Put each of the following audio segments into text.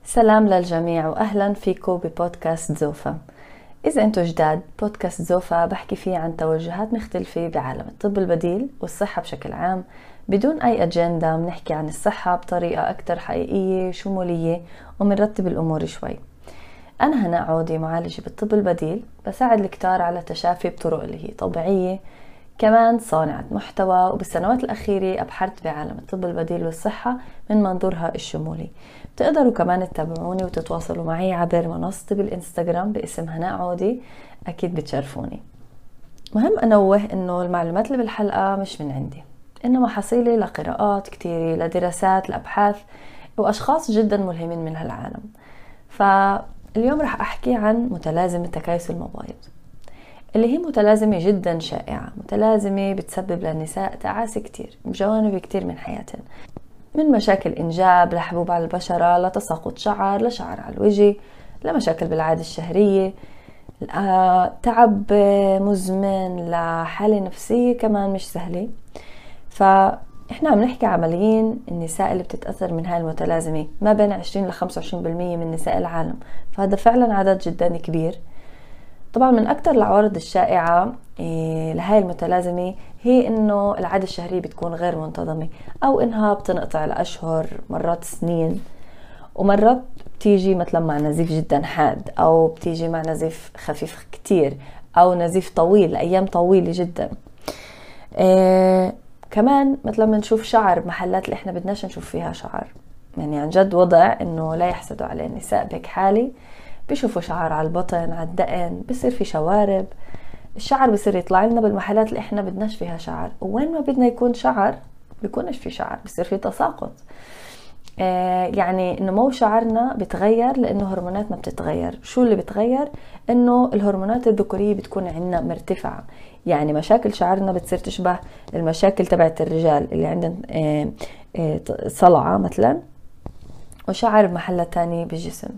سلام للجميع وأهلا فيكم ببودكاست زوفا. إذا أنتوا جداد، بودكاست زوفا بحكي فيه عن توجهات مختلفة بعالم الطب البديل والصحة بشكل عام بدون أي أجندة. بنحكي عن الصحة بطريقة أكتر حقيقية شمولية ومنرتب الأمور شوي. أنا هناء عودي، معالجة بالطب البديل، بساعد الكتار على التشافي بطرق اللي هي طبيعية، كمان صانعة محتوى، وبالسنوات الأخيرة أبحرت بعالم الطب البديل والصحة من منظورها الشمولي. بتقدروا كمان تتابعوني وتتواصلوا معي عبر منصتي بالإنستغرام باسم هناء عودي، أكيد بتشرفوني. مهم أنوه إنه المعلومات اللي بالحلقة مش من عندي، إنما حصيلة لقراءات كتيرة، لدراسات، لأبحاث وأشخاص جدا ملهمين من هالعالم. فاليوم رح أحكي عن متلازمة تكيس المبايض، اللي هي متلازمة جدا شائعة، متلازمة بتسبب للنساء تعاسة كتير بجوانب كتير من حياتهم، من مشاكل إنجاب لحبوب على البشرة، لتساقط شعر، لشعر على الوجه، لمشاكل بالعادة الشهرية، تعب مزمن، لحالة نفسية كمان مش سهلة. فإحنا عم نحكي عمليين النساء اللي بتتأثر من هاي المتلازمة ما بين 20 ل 25% من نساء العالم، فهذا فعلا عدد جدا كبير. طبعا من أكتر العوارض الشائعة لهاي المتلازمة هي إنه العادة الشهرية بتكون غير منتظمة، أو إنها بتنقطع لأشهر، مرات سنين، ومرات بتيجي مثلا مع نزيف جدا حاد، أو بتيجي مع نزيف خفيف كتير، أو نزيف طويل أيام طويلة جدا. كمان مثلا بنشوف شعر بمحلات اللي إحنا بدناش نشوف فيها شعر، يعني عن جد وضع إنه لا يحسدوا عليه النساء بهيك حالي. بيشوفوا شعر على البطن، على الدقن، بصير في شوارب، الشعر بصير يطلع لنا بالمحلات اللي احنا بدناش فيها شعر، وين ما بدنا يكون شعر بيكونش في شعر، بصير في تساقط. يعني نمو شعرنا بتغير لانه هرموناتنا بتتغير. شو اللي بتغير؟ انه الهرمونات الذكورية بتكون عندنا مرتفعة، يعني مشاكل شعرنا بتصير تشبه المشاكل تبعت الرجال اللي عندهم صلعة مثلا، وشعر بمحلة تاني بالجسم.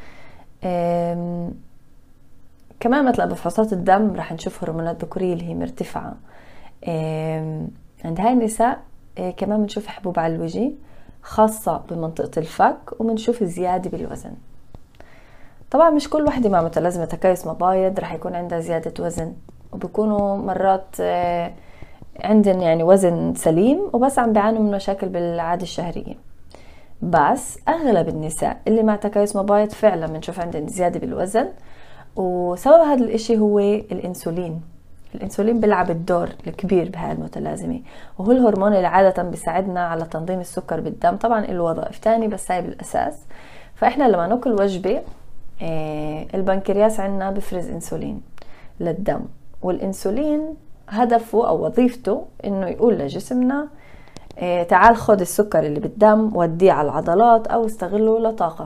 كمان مثلا بفحوصات الدم رح نشوف هرمونات ذكورية اللي هي مرتفعة. عند هاي النساء كمان بنشوف حبوب على الوجه خاصة بمنطقة الفك، وبنشوف زيادة بالوزن. طبعا مش كل وحدة مع متلازمة تكيس مبايض رح يكون عندها زيادة وزن، وبيكونوا مرات عندن يعني وزن سليم وبس عم بيعانوا من مشاكل بالعادة الشهرية. بس أغلب النساء اللي مع تكيس مبايض فعلا بنشوف عندهم زيادة بالوزن، وسبب هذا الاشي هو الانسولين. الانسولين بيلعب الدور الكبير بهاي المتلازمة، وهو الهرمون اللي عادة بيساعدنا على تنظيم السكر بالدم. طبعا له وظائف تاني بس هاي بالأساس. فإحنا لما ناكل وجبة البنكرياس عنا بفرز انسولين للدم، والانسولين هدفه أو وظيفته إنه يقول لجسمنا تعال خد السكر اللي بالدم وديه على العضلات أو استغله لطاقة.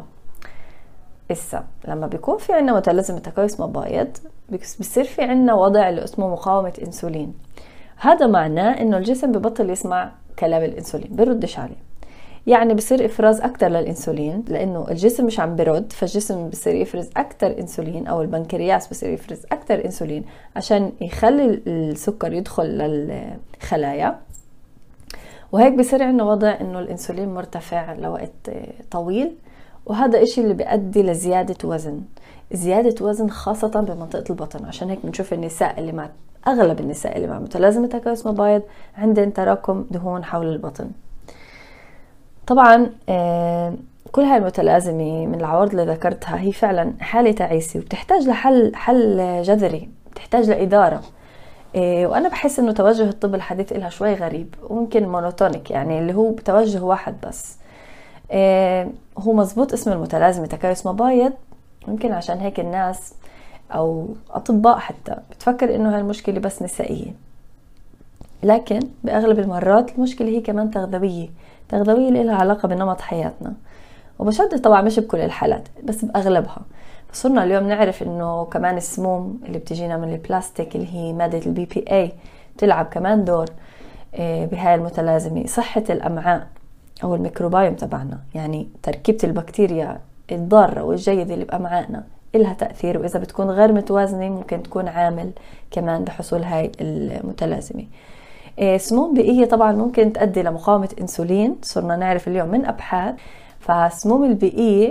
لما بيكون في عنا متلازمة تكيس مبايض بيصير في عنا وضع اللي اسمه مقاومة انسولين. هذا معناه انه الجسم ببطل يسمع كلام الانسولين، بيردش عليه، يعني بصير افراز اكتر للانسولين لانه الجسم مش عم برد، فالجسم بصير يفرز اكتر انسولين، او البنكرياس بصير يفرز اكتر انسولين عشان يخلي السكر يدخل للخلايا. وهيك بصير عنا وضع انه الانسولين مرتفع لوقت طويل، وهذا إشي اللي بيؤدي لزيادة وزن، زيادة وزن خاصة بمنطقة البطن. عشان هيك بنشوف النساء اللي مع أغلب النساء اللي مع متلازمة تكيس مبايض عندهم تراكم دهون حول البطن. طبعا كل هاي المتلازمة من العوارض اللي ذكرتها هي فعلا حالة تعيسة، وبتحتاج حل جذري، بتحتاج لإدارة. وأنا بحس إنه توجه الطب الحديث إلها شوي غريب وممكن مونوتونيك، يعني اللي هو بتوجه واحد بس. هو مزبوط اسم المتلازمة تكيس مبايض، يمكن عشان هيك الناس أو أطباء حتى بتفكر إنه هالمشكلة بس نسائية، لكن بأغلب المرات المشكلة هي كمان تغذوية اللي لها علاقة بنمط حياتنا. وبشدد طبعا مش بكل الحالات بس بأغلبها. فصرنا اليوم نعرف إنه كمان السموم اللي بتجينا من البلاستيك اللي هي مادة الBPA تلعب كمان دور بهاي المتلازمة. صحة الأمعاء أو الميكروبايوم تبعنا، يعني تركيبة البكتيريا الضارة والجيدة اللي بأمعائنا إلها تأثير، وإذا بتكون غير متوازنة ممكن تكون عامل كمان بحصول هاي المتلازمة. سموم بيئية طبعا ممكن تؤدي لمقاومة انسولين، صرنا نعرف اليوم من أبحاث. فالسموم البيئية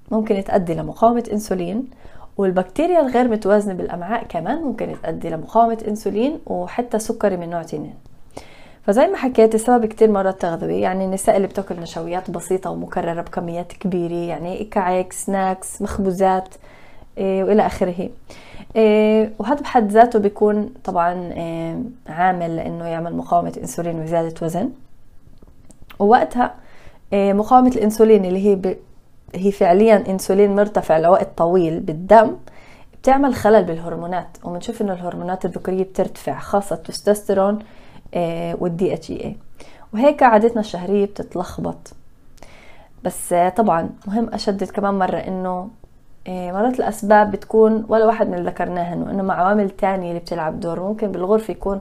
ممكن تؤدي لمقاومة انسولين، والبكتيريا الغير متوازنة بالامعاء كمان ممكن تؤدي لمقاومة انسولين وحتى سكري من نوع 2. فزي ما حكيت السبب كتير مرات تغذية، يعني النساء اللي بتاكل نشويات بسيطة ومكررة بكميات كبيرة، يعني كعك، سناكس، مخبوزات وإلى آخره. وهذا بحد ذاته بيكون طبعا عامل لأنه يعمل مقاومة إنسولين وزيادة وزن. ووقتها مقاومة الإنسولين اللي هي فعليا إنسولين مرتفع لوقت طويل بالدم بتعمل خلل بالهرمونات، وبنشوف إنه الهرمونات الذكورية بترتفع، خاصة التستوستيرون والدي اتش اي، وهيك عادتنا الشهرية بتتلخبط. بس طبعا مهم أشدد كمان مرة إنه مرات الأسباب بتكون ولا واحد من اللي ذكرناهن، وإنه مع عوامل تانية اللي بتلعب دور. ممكن بالغرفة يكون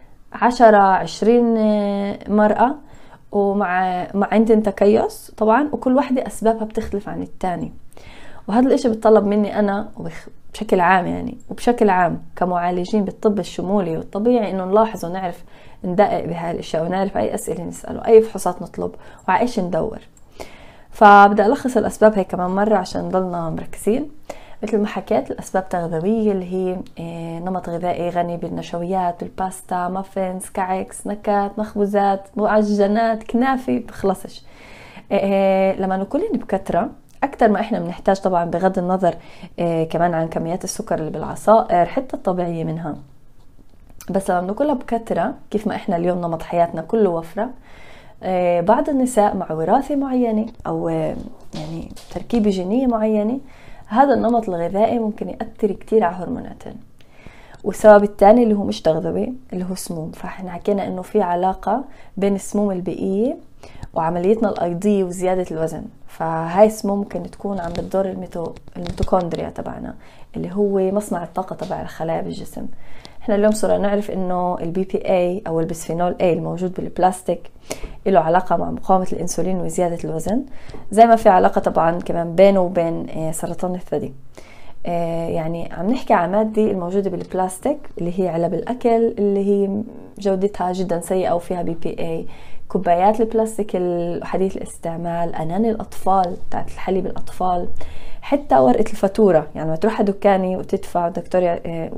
10-20 مرأة ومع عندن تكيس طبعا، وكل واحدة أسبابها بتختلف عن التاني. وهذا الإشي بتطلب مني أنا بشكل عام يعني، وبشكل عام كمعالجين بالطب الشمولي والطبيعي، إنه نلاحظ ونعرف ندقق بهاي الأشياء، ونعرف أي أسئلة نسأله، أي فحوصات نطلب، وعايش ندور. فبدأ ألخص الأسباب هي كمان مرة عشان نضلنا مركزين. مثل ما حكيت، الأسباب تغذوية اللي هي نمط غذائي غني بالنشويات، بالباستا، مافينز، كعك، سناكات، مخبوزات، معجنات، كنافة، بخلصش. لما ناكلين بكثرة أكتر ما إحنا بنحتاج، طبعا بغض النظر كمان عن كميات السكر اللي بالعصائر حتى الطبيعية منها، بس لما بناكلها بكثرة كيف ما إحنا اليوم نمط حياتنا كله وفرة، بعض النساء مع وراثة معينة أو يعني تركيبة جينية معينة، هذا النمط الغذائي ممكن يأثر كتير على هرموناتهم. والسبب الثاني اللي هو مش تغذوي، اللي هو سموم. فاحنا حكينا انه في علاقة بين السموم البيئية وعمليتنا الأيضية وزيادة الوزن. فهاي السموم ممكن تكون عم بتضر الميتوكوندريا تبعنا، اللي هو مصنع الطاقة تبع الخلايا بالجسم. احنا اليوم صرنا نعرف انه البي بي اي او البسفينول اي الموجود بالبلاستيك له علاقة مع مقاومة الانسولين وزيادة الوزن، زي ما في علاقة طبعا كمان بينه وبين سرطان الثدي. يعني عم نحكي عن مادة الموجودة بالبلاستيك اللي هي علب الأكل اللي هي جودتها جدا سيئة وفيها بي بي اي، كوبايات البلاستيك الحديث الاستعمال، أنان الأطفال بتاعت الحليب الأطفال، حتى ورقة الفاتورة. يعني ما تروح دكاني وتدفع الدكتور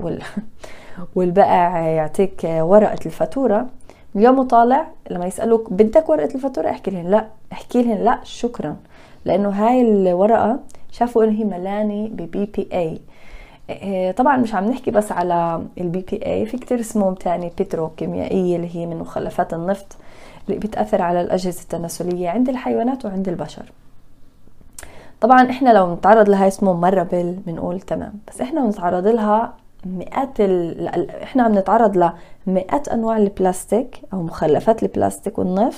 والبائع يعطيك ورقة الفاتورة، اليوم طالع لما يسألوك بدك ورقة الفاتورة احكي لهم لا شكرا، لأنه هاي الورقة شافوا انه هي ملاني ببي بي اي. طبعا مش عم نحكي بس على البي بي اي، في كتير سموم تاني بتروكيميائية اللي هي من مخلفات النفط اللي بتأثر على الأجهزة التناسلية عند الحيوانات وعند البشر. طبعا احنا لو نتعرض لهاي سموم مرة بنقول تمام، بس احنا بنتعرض لها احنا عم نتعرض لمئات انواع البلاستيك او مخلفات البلاستيك والنفط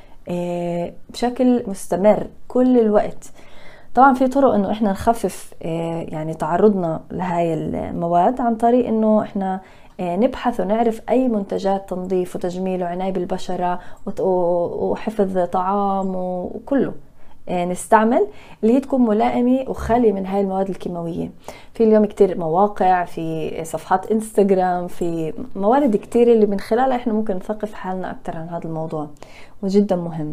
بشكل مستمر كل الوقت. طبعا في طرق انه احنا نخفف يعني تعرضنا لهاي المواد عن طريق انه احنا نبحث ونعرف اي منتجات تنظيف وتجميل وعناية بالبشرة وحفظ طعام وكله نستعمل اللي هي تكون ملائمة وخالية من هاي المواد الكيماوية. في اليوم كتير مواقع، في صفحات انستغرام، في موارد كتير اللي من خلالها احنا ممكن نثقف حالنا اكتر عن هذا الموضوع، وجدا مهم.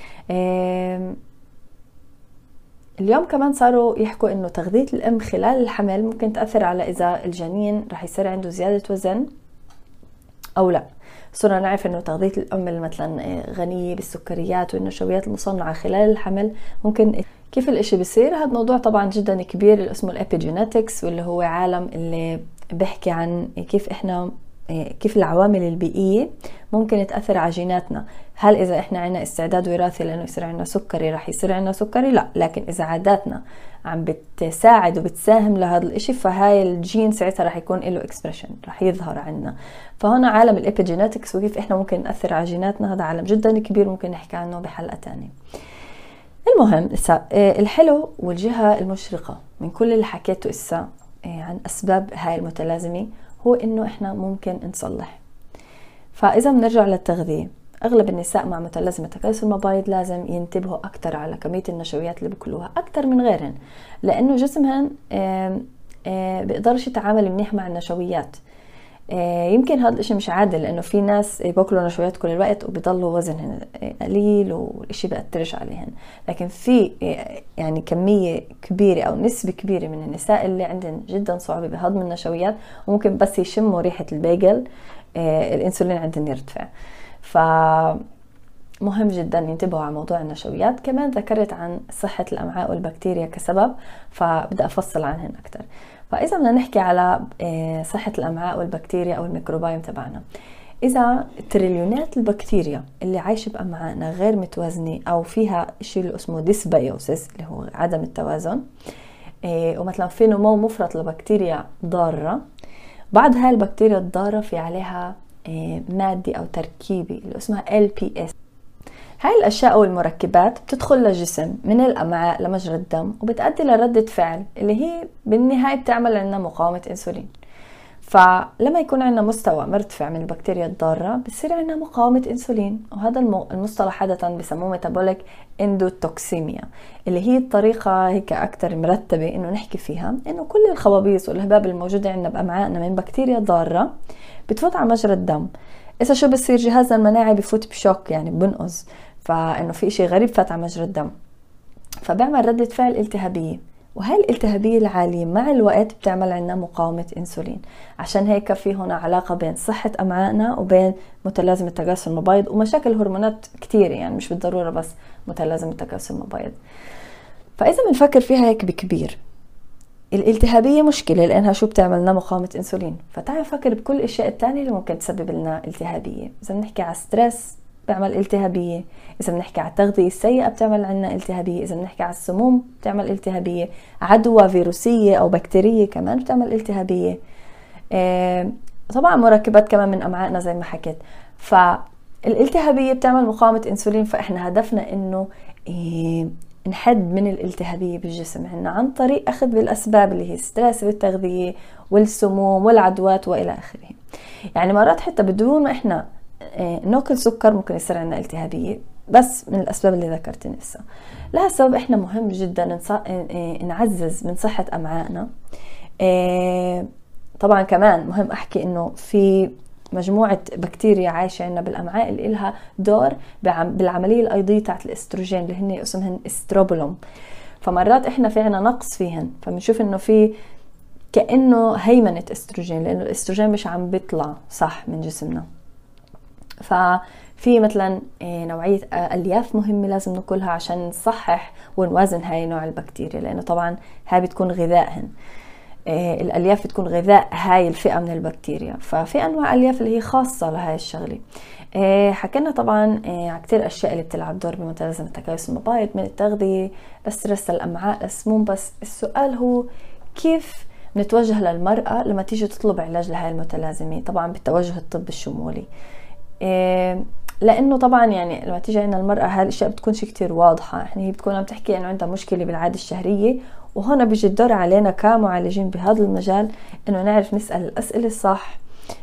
اليوم كمان صاروا يحكوا انه تغذية الام خلال الحمل ممكن تأثر على اذا الجنين رح يصير عنده زيادة وزن او لا. صرنا نعرف انه تغذية الام مثلا غنية بالسكريات والنشويات المصنعة خلال الحمل ممكن. كيف الاشي بيصير؟ هذا موضوع طبعا جدا كبير اللي اسمه الابيجينيتكس، واللي هو عالم اللي بيحكي عن كيف العوامل البيئية ممكن تأثر على جيناتنا. هل إذا إحنا عنا استعداد وراثي لأنه يصير عنا سكري رح يصير عنا سكري؟ لا، لكن إذا عاداتنا عم بتساعد وبتساهم لهذا الإشي فهاي الجين ساعتها رح يكون له إكسبريشن، رح يظهر عنا. فهنا عالم الإبيجينيتكس وكيف إحنا ممكن نأثر على جيناتنا، هذا عالم جدا كبير ممكن نحكي عنه بحلقة تانية. المهم الحلو والجهة المشرقة من كل اللي حكيته إسا عن أسباب هاي المتلازمة هو إنه إحنا ممكن نصلح. فإذا بنرجع للتغذية، أغلب النساء مع متلازمة تكيس المبايض لازم ينتبهوا أكتر على كمية النشويات اللي بياكلوها أكتر من غيرهن، لأنه جسمهن بيقدرش يتعامل منيح مع النشويات. يمكن هذا الاشي مش عادل، لانه في ناس باكلوا نشويات كل الوقت وبيضلوا وزنهن قليل والاشي بأثرش عليهن. لكن في يعني كمية كبيرة او نسبة كبيرة من النساء اللي عندهم جدا صعوبة بهضم النشويات، وممكن بس يشموا ريحة البيجل الانسولين عندهم يرتفع. مهم جدا ينتبهوا على موضوع النشويات. كمان ذكرت عن صحة الأمعاء والبكتيريا كسبب، فبدأ أفصل عنهن أكتر. فإذا بدنا نحكي على صحة الأمعاء والبكتيريا أو الميكروبايوم تبعنا، إذا تريليونات البكتيريا اللي عايشة بأمعائنا غير متوازنة أو فيها شيء اللي اسمه ديسبيوسيس اللي هو عدم التوازن، ومثلا في نمو مفرط لبكتيريا ضارة، بعض هاي البكتيريا الضارة في عليها مادة أو تركيبة اللي اسمها LPS. هاي الأشياء أو المركبات بتدخل للجسم من الأمعاء لمجرى الدم، وبتؤدي لردة فعل اللي هي بالنهاية بتعمل عنا مقاومة إنسولين. فلما يكون عنا مستوى مرتفع من البكتيريا الضارة بتصير عنا مقاومة إنسولين، وهذا المصطلح عادة بسموه ميتابوليك اندوتوكسيميا، اللي هي الطريقة هيك أكتر مرتبة إنه نحكي فيها إنه كل الخبابيص والهباب الموجودة عنا بأمعائنا من بكتيريا ضارة بتفوت على مجرى الدم. إذا شو بصير؟ جهازنا المناعي بفوت بشوك، يعني بنقص، فإنه في إشي غريب فات على مجرى الدم، فبيعمل ردة فعل التهابية. وهي الالتهابية العالية مع الوقت بتعمل عنا مقاومة إنسولين. عشان هيك في هنا علاقة بين صحة أمعائنا وبين متلازمة تكاثر المبايض ومشاكل هرمونات كتيرة، يعني مش بالضرورة بس متلازمة تكاثر المبايض. فإذا بنفكر فيها هيك بكبير، الالتهابية مشكلة لأنها شو بتعمل لنا؟ مقاومة إنسولين. فتعال نفكر بكل الأشياء التانية اللي ممكن تسبب لنا التهابية. إذا بنحكي على ستريس بيعمل التهابية، إذا بنحكي على التغذية السيئة بتعمل عنا التهابية، إذا بنحكي على السموم بتعمل التهابية، عدوى فيروسية أو بكتيرية كمان بتعمل التهابية. طبعا مركبات كمان من أمعائنا زي ما حكيت. فالالتهابية بتعمل مقاومة إنسولين، فإحنا هدفنا إنه نحد من الالتهابية بالجسم عنا عن طريق أخذ بالأسباب اللي هي الستريس بالتغذية والسموم والعدوات وإلى آخره. يعني مرات حتى بدون ما إحنا ناكل سكر ممكن يصير عنا التهابية، بس من الأسباب اللي ذكرت نفسها. لها سبب إحنا مهم جدا نعزز من صحة أمعائنا. طبعا كمان مهم أحكي إنه في مجموعة بكتيريا عايشة عنا بالأمعاء اللي لها دور بالعملية الأيضية تاعت الإستروجين اللي هن اسمهن استروبولوم. فمرات إحنا في عنا نقص فيهن، فبنشوف إنه في كأنه هيمنة استروجين، لأنه الاستروجين مش عم بيطلع صح من جسمنا. ففي مثلا نوعية ألياف مهمة لازم ناكلها عشان نصحح ونوازن هاي نوع البكتيريا، لأنه طبعا هاي بتكون غذائهن. الألياف بتكون غذاء هاي الفئة من البكتيريا. ففي أنواع ألياف اللي هي خاصة لهاي الشغلة. حكينا طبعا على كتير أشياء اللي بتلعب دور بمتلازمة تكيس المبايض، من التغذية للستريس الأمعاء السموم. بس السؤال هو كيف نتوجه للمرأة لما تيجي تطلب علاج لهاي المتلازمة؟ طبعا بالتوجه الطب الشمولي، لأنه طبعا يعني لما تيجي عندنا المرأة هاي الأشياء بتكونش كتير واضحة. هي بتكون عم تحكي إنه عندها مشكلة بالعادة الشهرية، وهنا بيجي الدور علينا كمعالجين بهذا المجال إنه نعرف نسأل الأسئلة الصح.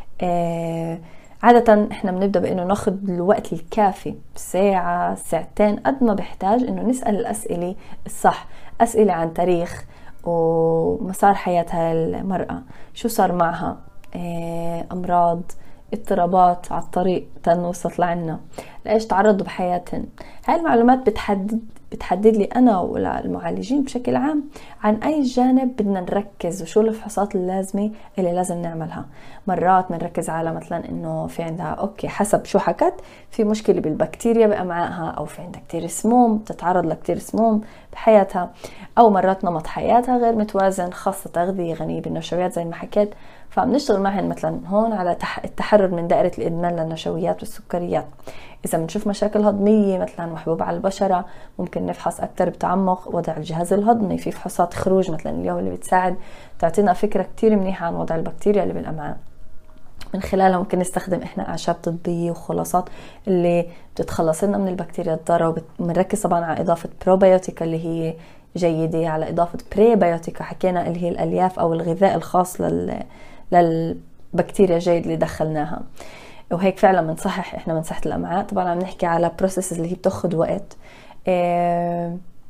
عادة إحنا بنبدأ بإنه ناخد الوقت الكافي، ساعة ساعتين قد ما بحتاج إنه نسأل الأسئلة الصح. أسئلة عن تاريخ ومسار حياة هاي المرأة، شو صار معها، أمراض، اضطرابات على الطريق تنوصل لعنا، لإيش تعرضوا بحياتهن. هاي المعلومات بتحدد لي أنا والمعالجين بشكل عام عن أي جانب بدنا نركز وشو الفحوصات اللازمة اللي لازم نعملها. مرات بنركز على مثلا إنه في عندها أوكي حسب شو حكت في مشكلة بالبكتيريا بأمعائها، أو في عندها كتير سموم تتعرض لكتير سموم بحياتها، أو مرات نمط حياتها غير متوازن، خاصة تغذية غنية بالنشويات زي ما حكيت. فبنشتغل معهن مثلا هون على التحرر من دائرة الإدمان للنشويات والسكريات. إذا بنشوف مشاكل هضمية مثلا وحبوب على البشرة، ممكن نفحص أكتر بتعمق وضع الجهاز الهضمي. في فحوصات خروج مثلا اليوم اللي بتساعد تعطينا فكرة كتير منيحة عن وضع البكتيريا اللي بالأمعاء. من خلالها ممكن نستخدم إحنا أعشاب طبية وخلاصات اللي بتتخلص لنا من البكتيريا الضارة. وبنركز طبعا على إضافة بروبيوتيكا اللي هي جيدة، على إضافة بريبيوتيكا حكينا اللي هي الألياف أو الغذاء الخاص للبكتيريا جيد اللي دخلناها. وهيك فعلا بنصحح إحنا من صحة الأمعاء. طبعا عم نحكي على بروسيس اللي هي بتاخد وقت.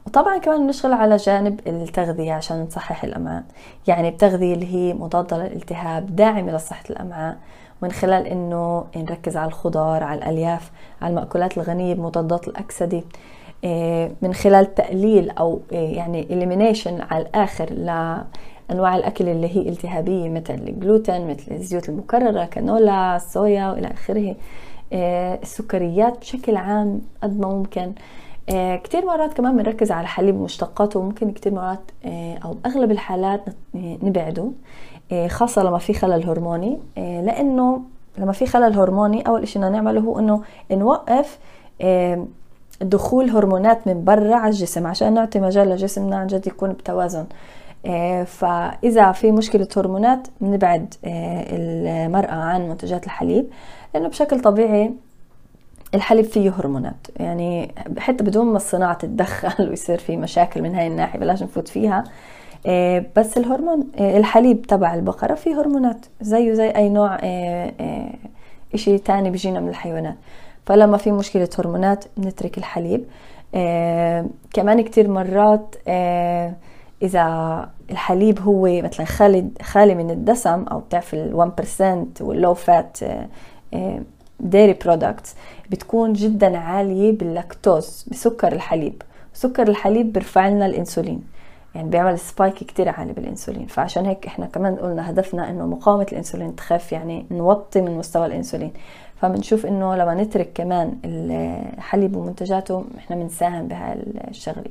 وطبعا كمان بنشتغل على جانب التغذية عشان نصحح الأمعاء، يعني التغذية اللي هي مضادة للالتهاب، داعمة لصحة الأمعاء، من خلال إنه نركز على الخضار، على الألياف، على المأكولات الغنية بمضادات الأكسدة، من خلال تقليل أو يعني elimination على الآخر لأنواع الأكل اللي هي التهابية، مثل الجلوتين، مثل الزيوت المكررة، كانولا، الصويا وإلى آخره، السكريات بشكل عام قد ما ممكن. كتير مرات كمان بنركز على حليب ومشتقاته، وممكن كتير مرات أو بأغلب الحالات نبعده، خاصة لما في خلل هرموني، لأنه لما في خلل هرموني أول إشي نعمله هو إنه نوقف دخول هرمونات من برا على الجسم عشان نعطي مجال لجسمنا عن جد يكون بتوازن. فإذا في مشكلة هرمونات نبعد المرأة عن منتجات الحليب، لأنه بشكل طبيعي الحليب فيه هرمونات، يعني حتى بدون ما الصناعة تتدخل ويصير في مشاكل من هاي الناحية بلاش نفوت فيها. بس الهرمون الحليب تبع البقرة فيه هرمونات زيه زي أي نوع إشي تاني بيجينا من الحيوانات، فلما في مشكلة هرمونات نترك الحليب. كمان كتير مرات إذا الحليب هو مثلا خالي من الدسم، أو بتعرف 1% واللو فات ديري برودكتس، بتكون جدا عالية باللاكتوز، بسكر الحليب. سكر الحليب بيرفع لنا الانسولين، يعني بيعمل سبايك كتير عالي بالانسولين. فعشان هيك احنا كمان قلنا هدفنا انه مقاومة الانسولين تخف، يعني نوطي من مستوى الانسولين. فبنشوف انه لما نترك كمان الحليب ومنتجاته احنا بنساهم بهاي الشغلة.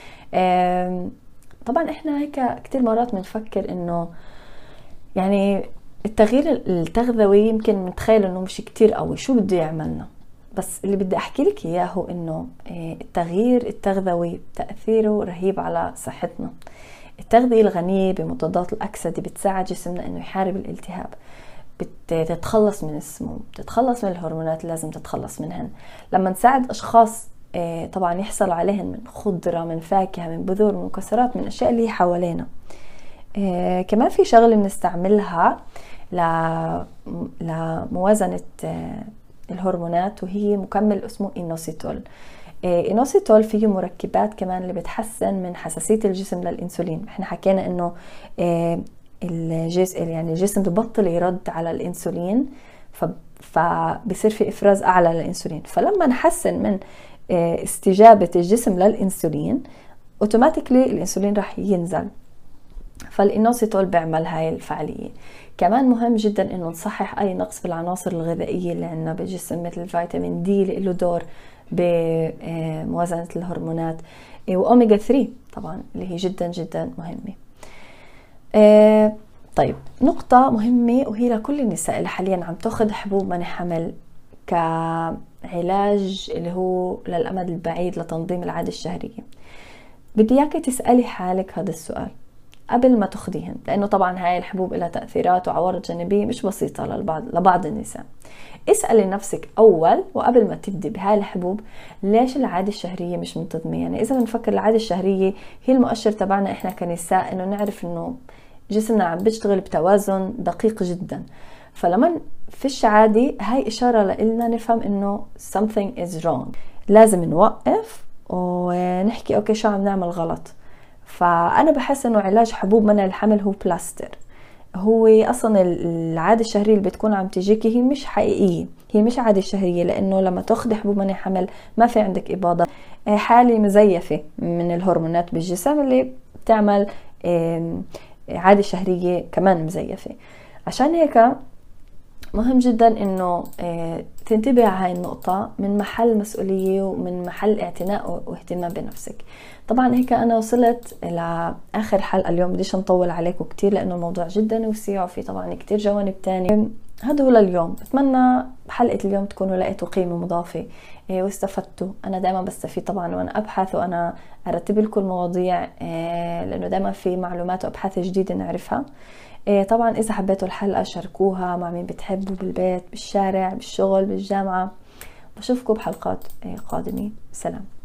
طبعا احنا هيك كتير مرات بنفكر انه يعني التغيير التغذوي يمكن متخيل انه مش كتير قوي، شو بده يعملنا؟ بس اللي بدي احكي لك اياه هو انه التغيير التغذوي تأثيره رهيب على صحتنا. التغذية الغنية بمضادات الأكسدة بتساعد جسمنا انه يحارب الالتهاب، بتتخلص من السموم، بتتخلص من الهرمونات اللي لازم تتخلص منهن. لما نساعد اشخاص طبعا يحصلوا عليهن من خضرة، من فاكهة، من بذور، من مكسرات، من الاشياء اللي حوالينا. كمان في شغلة بنستعملها لموازنة الهرمونات، وهي مكمل اسمه إينوسيتول. إينوسيتول فيه مركبات كمان اللي بتحسن من حساسية الجسم للإنسولين. احنا حكينا انه الجسم ببطل يرد على الإنسولين، فبصير في إفراز أعلى للإنسولين. فلما نحسن من استجابة الجسم للإنسولين، اوتوماتيكلي الإنسولين راح ينزل. فالإينوسيتول بيعمل هاي الفعالية. كمان مهم جدا انه نصحح اي نقص بالعناصر الغذائية اللي عندنا بالجسم، مثل الفيتامين دي اللي له دور بموازنة الهرمونات، وأوميجا 3 طبعا اللي هي جدا جدا مهمة. طيب نقطة مهمة وهي لكل النساء اللي حاليا عم تاخذ حبوب منع حمل كعلاج اللي هو للأمد البعيد لتنظيم العادة الشهرية، بدي اياكي تسألي حالك هذا السؤال قبل ما تاخديهن، لأنه طبعا هاي الحبوب لها تأثيرات وعوارض جانبية مش بسيطة لبعض النساء. اسألي نفسك أول وقبل ما تبدي بهاي الحبوب، ليش العادة الشهرية مش منتظمة؟ يعني إذا بنفكر العادة الشهرية هي المؤشر تبعنا إحنا كنساء، إنه نعرف إنه جسمنا عم بيشتغل بتوازن دقيق جدا. فلما فيش عادي، هاي إشارة لإلنا نفهم إنه something is wrong، لازم نوقف ونحكي أوكي شو عم نعمل غلط. فأنا بحس إنه علاج حبوب منع الحمل هو بلاستر. هو أصلا العادة الشهرية اللي بتكون عم تجيكي هي مش حقيقية، هي مش عادة شهرية، لأنه لما تاخدي حبوب منع حمل ما في عندك إباضة، حالة مزيفة من الهرمونات بالجسم اللي بتعمل عادة شهرية كمان مزيفة. عشان هيك مهم جدا انه تنتبه على هاي النقطة من محل مسؤولية ومن محل اعتناء واهتمام بنفسك. طبعا هيك انا وصلت لآخر حلقة اليوم، بديش نطول عليكم كتير لانه الموضوع جدا وسيع وفي طبعا كتير جوانب تانية. هذا هو لليوم، اتمنى بحلقة اليوم تكونوا لقيتوا قيمة مضافة واستفدتوا. انا دائما بستفيد طبعا وانا ابحث وانا ارتب لكم المواضيع، لانه دائما في معلومات وابحاث جديدة نعرفها. طبعا إذا حبيتوا الحلقة شاركوها مع مين بتحبوا، بالبيت، بالشارع، بالشغل، بالجامعة. بشوفكم بحلقات قادمة. سلام.